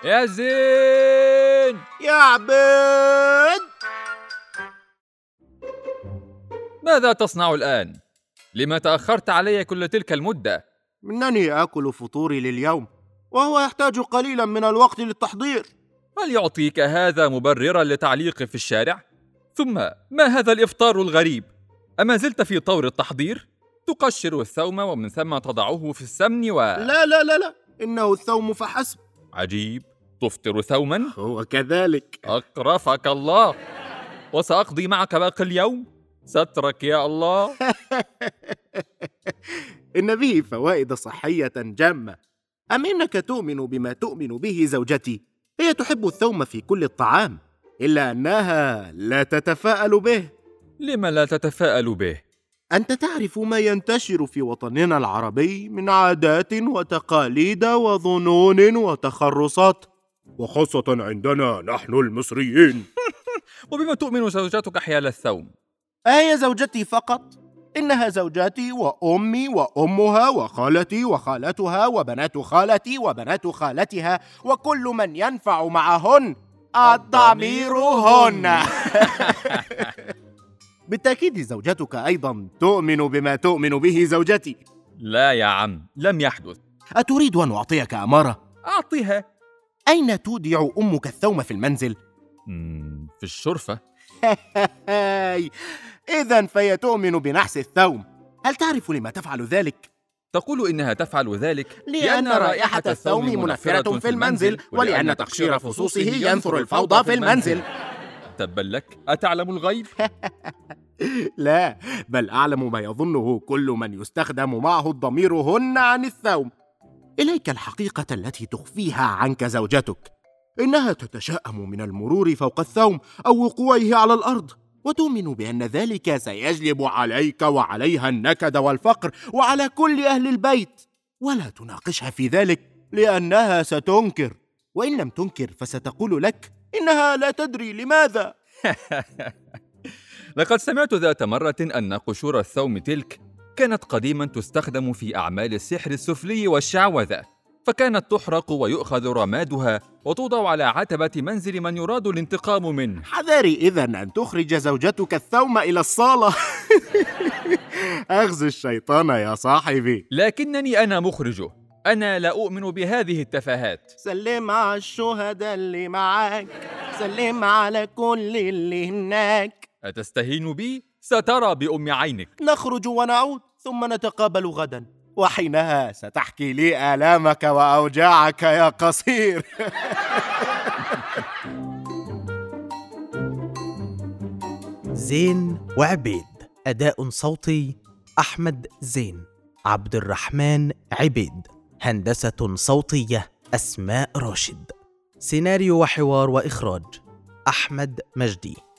يا زين يا عبيد، ماذا تصنع الآن؟ لما تأخرت علي كل تلك المدة؟ إنني آكل فطوري لليوم، وهو يحتاج قليلا من الوقت للتحضير. هل يعطيك هذا مبررا لتعليقي في الشارع؟ ثم ما هذا الإفطار الغريب؟ أما زلت في طور التحضير؟ تقشر الثوم ومن ثم تضعه في السمن لا لا لا لا، إنه الثوم فحسب. عجيب، تفطر ثوما؟ هو كذلك. أقرفك الله. وسأقضي معك باقي اليوم؟ سترك يا الله. إن به فوائد صحية جمة. أم إنك تؤمن بما تؤمن به زوجتي؟ هي تحب الثوم في كل الطعام، إلا أنها لا تتفاءل به. لم لا تتفاءل به؟ أنت تعرف ما ينتشر في وطننا العربي من عادات وتقاليد وظنون وتخرصات، وخاصة عندنا نحن المصريين. وبما تؤمن زوجتك حيال الثوم؟ هي زوجتي فقط؟ إنها زوجتي وأمي وأمها وخالتي وخالتها وبنات خالتي وبنات خالتها وكل من ينفع معهن الضمير هن. بالتأكيد زوجتك أيضا تؤمن بما تؤمن به زوجتي. لا يا عم، لم يحدث. أتريد أن أعطيك أمارة؟ أعطيها. أين تودع أمك الثوم في المنزل؟ في الشرفة. إذن فهي تؤمن بنحس الثوم. هل تعرف لما تفعل ذلك؟ تقول إنها تفعل ذلك لأن رائحة الثوم منفرة في المنزل، ولأن تقشير فصوصه ينثر الفوضى في المنزل. تبا لك، أتعلم الغيب؟ لا، بل أعلم ما يظنه كل من يستخدم معه الضمير هن عن الثوم. إليك الحقيقة التي تخفيها عنك زوجتك. إنها تتشائم من المرور فوق الثوم أو وقوعه على الأرض، وتؤمن بأن ذلك سيجلب عليك وعليها النكد والفقر وعلى كل أهل البيت، ولا تناقشها في ذلك لأنها ستنكر، وإن لم تنكر فستقول لك إنها لا تدري لماذا. لقد سمعت ذات مرة أن قشور الثوم تلك كانت قديما تستخدم في أعمال السحر السفلي والشعوذة، فكانت تحرق ويؤخذ رمادها وتوضع على عتبة منزل من يراد الانتقام منه. حذاري إذن أن تخرج زوجتك الثوم إلى الصالة. أخزي الشيطان يا صاحبي. لكنني أنا مخرجه. أنا لا أؤمن بهذه التفاهات. سلم على الشهداء اللي معاك، سلم على كل اللي هناك. أتستهين بي؟ سترى بأم عينك. نخرج ونعود ثم نتقابل غدا، وحينها ستحكي لي آلامك وأوجاعك يا قصير. زين وعبيد. أداء صوتي أحمد زين، عبد الرحمن عبيد. هندسة صوتية أسماء راشد. سيناريو وحوار وإخراج أحمد مجدي.